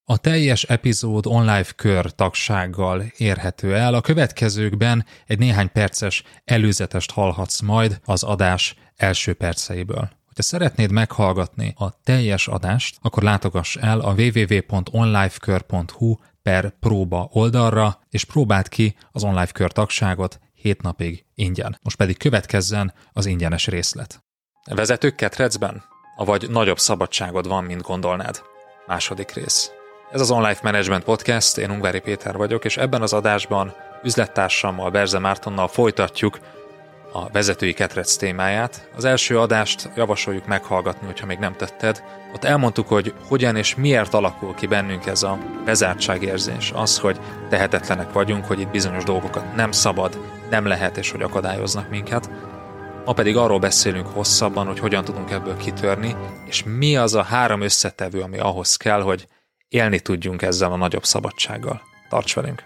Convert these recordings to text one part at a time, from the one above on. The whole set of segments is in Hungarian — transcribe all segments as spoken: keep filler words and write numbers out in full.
A teljes epizód online kör tagsággal érhető el. A következőkben egy néhány perces előzetest hallhatsz majd az adás első perceiből. Ha szeretnéd meghallgatni a teljes adást, akkor látogass el a www.onlifekör.hu per próba oldalra, és próbáld ki az online kör tagságot hét napig ingyen. Most pedig következzen az ingyenes részlet. Vezetők ketrecben? Avagy nagyobb szabadságod van, mint gondolnád? Második rész. Ez az Online Management Podcast, én Ungvári Péter vagyok, és ebben az adásban üzlettársammal, Berze Mártonnal folytatjuk a vezetői ketrec témáját. Az első adást javasoljuk meghallgatni, hogyha még nem tetted. Ott elmondtuk, hogy hogyan és miért alakul ki bennünk ez a bezártságérzés. Az, hogy tehetetlenek vagyunk, hogy itt bizonyos dolgokat nem szabad, nem lehet, és hogy akadályoznak minket. Ma pedig arról beszélünk hosszabban, hogy hogyan tudunk ebből kitörni, és mi az a három összetevő, ami ahhoz kell, hogy élni tudjunk ezzel a nagyobb szabadsággal. Tarts velünk!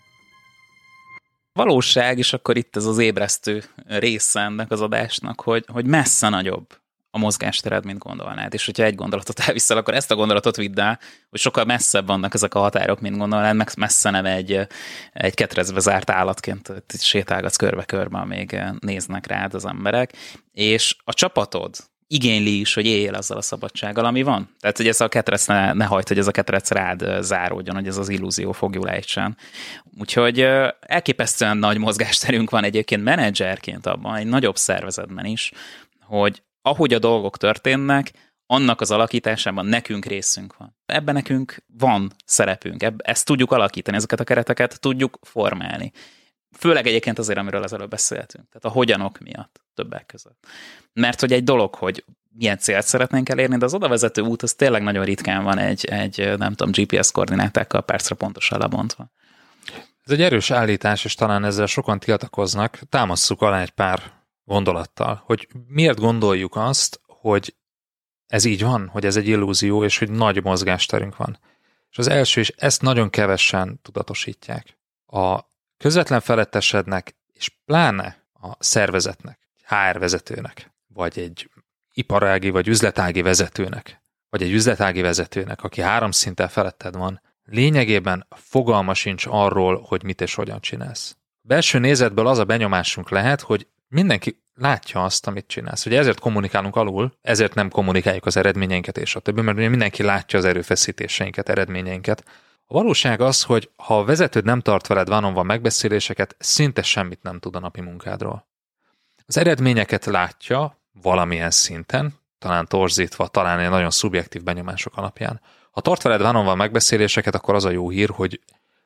Valóság, és akkor itt ez az ébresztő része ennek az adásnak, hogy, hogy messze nagyobb a mozgástered, mint gondolnád. És hogyha egy gondolatot elviszel, akkor ezt a gondolatot vidd el, hogy sokkal messzebb vannak ezek a határok, mint gondolnád, meg messze nem egy, egy ketrecbe zárt állatként sétálgatsz körbe-körbe, amíg néznek rád az emberek. És a csapatod igényli is, hogy éljél azzal a szabadsággal, ami van. Tehát, hogy ez a ketrec ne, ne hagyd, hogy ez a ketrec rád záródjon, hogy ez az illúzió fogjul ejtsen. Úgyhogy elképesztően nagy mozgásterünk van egyébként menedzserként abban, egy nagyobb szervezetben is, hogy ahogy a dolgok történnek, annak az alakításában nekünk részünk van. Ebben nekünk van szerepünk, ebb, ezt tudjuk alakítani, ezeket a kereteket tudjuk formálni. Főleg egyébként azért, amiről az előbb beszéltünk. Tehát a hogyanok miatt többek között. Mert hogy egy dolog, hogy milyen célt szeretnénk elérni, de az odavezető út az tényleg nagyon ritkán van egy, egy nem tudom, gé pé es koordinátákkal percre pontosan lebontva. Ez egy erős állítás, és talán ezzel sokan tiltakoznak. Támasszuk alá egy pár gondolattal, hogy miért gondoljuk azt, hogy ez így van, hogy ez egy illúzió, és hogy nagy mozgásterünk van. És az első, és ezt nagyon kevesen tudatosítják. A közvetlen felettesednek, és pláne a szervezetnek, há er vezetőnek, vagy egy iparági vagy üzletági vezetőnek, vagy egy üzletági vezetőnek, aki három szinten feletted van, lényegében fogalma sincs arról, hogy mit és hogyan csinálsz. A belső nézetből az a benyomásunk lehet, hogy mindenki látja azt, amit csinálsz. Ugye ezért kommunikálunk alul, ezért nem kommunikáljuk az eredményeinket és a többi, mert ugye mindenki látja az erőfeszítéseinket, eredményeinket. A valóság az, hogy ha a vezetőd nem tart veled one-on-one megbeszéléseket, szinte semmit nem tud a napi munkádról. Az eredményeket látja valamilyen szinten, talán torzítva, talán egy nagyon szubjektív benyomások alapján. Ha tart veled one-on-one megbeszéléseket, akkor az a jó hír, hogy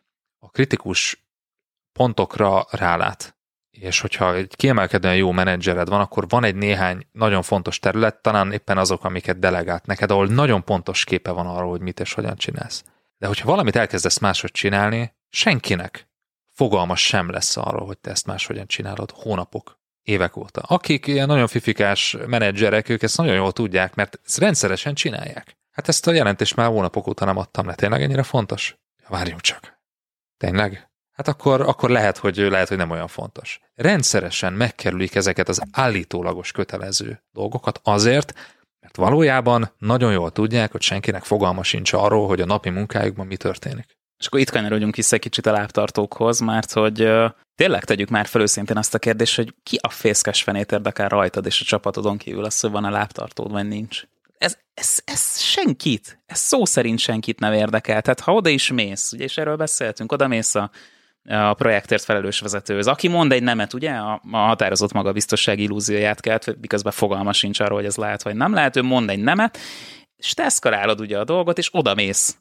a kritikus pontokra rálát. És hogyha egy kiemelkedően jó menedzsered van, akkor van egy néhány nagyon fontos terület, talán éppen azok, amiket delegált neked, ahol nagyon pontos képe van arról, hogy mit és hogyan csinálsz. De hogyha valamit elkezdesz máshogy csinálni, senkinek fogalma sem lesz arról, hogy te ezt máshogyan csinálod hónapok, évek óta. Akik ilyen nagyon fifikás menedzserek, ők ezt nagyon jól tudják, mert ezt rendszeresen csinálják. Hát ezt a jelentést már hónapok óta nem adtam le. Tényleg ennyire fontos? Ja, várjunk csak. Tényleg? Hát akkor, akkor lehet, hogy, lehet, hogy nem olyan fontos. Rendszeresen megkerülik ezeket az állítólagos kötelező dolgokat azért, mert valójában nagyon jól tudják, hogy senkinek fogalma sincs arról, hogy a napi munkájukban mi történik. És akkor itt kanyarodjunk vissza egy kicsit a lábtartókhoz, mert hogy uh, tényleg tegyük már fel őszintén azt a kérdést, hogy ki a fészkes fenét érdekel rajtad és a csapatodon kívül az, hogy van a lábtartód, vagy nincs. Ez, ez, ez senkit, ez szó szerint senkit nem érdekel. Tehát ha oda is mész, ugye, és erről beszéltünk, oda mész a, a projektért felelős vezetőhöz, aki mond egy nemet, ugye, a, a határozott magabiztossági illúzióját kelt, miközben fogalma sincs arról, hogy ez lehet, vagy nem lehet, ő mond egy nemet, és te eszkalálod ugye a dolgot, és oda mész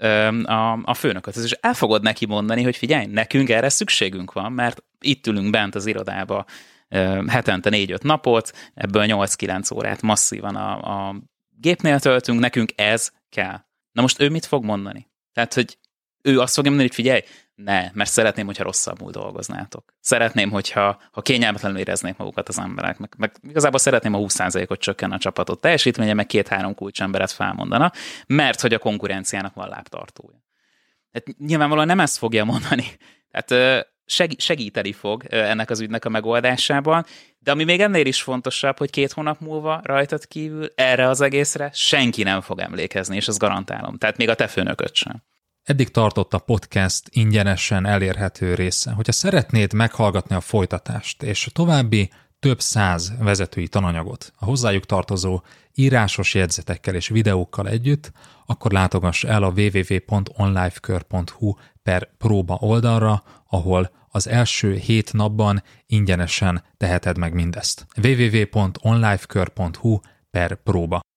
a, a főnököt, és el fogod neki mondani, hogy figyelj, nekünk erre szükségünk van, mert itt ülünk bent az irodába hetente négy-öt napot, ebből nyolc-kilenc órát masszívan a, a gépnél töltünk, nekünk ez kell. Na most ő mit fog mondani? Tehát, hogy ő azt fogja mondani, hogy figyelj, ne, mert szeretném, hogyha rosszabbul dolgoznátok. Szeretném, hogyha ha kényelmetlenül éreznék magukat az emberek, meg, meg igazából szeretném, a húsz százalékot csökken a csapatot teljesítménye, meg két-három kulcsemberet felmondana, mert hogy a konkurenciának van lábtartója. Tehát nyilvánvalóan nem ezt fogja mondani. Tehát segíteni fog ennek az ügynek a megoldásában, de ami még ennél is fontosabb, hogy két hónap múlva rajtad kívül erre az egészre senki nem fog emlékezni, és ezt garantálom. Tehát még a te főnököd sem. Eddig tartott a podcast ingyenesen elérhető része. Hogyha szeretnéd meghallgatni a folytatást és további több száz vezetői tananyagot a hozzájuk tartozó írásos jegyzetekkel és videókkal együtt, akkor látogass el a www pont onlifekör pont hu per próba oldalra, ahol az első hét napban ingyenesen teheted meg mindezt. www pont onlifekör pont hu per próba.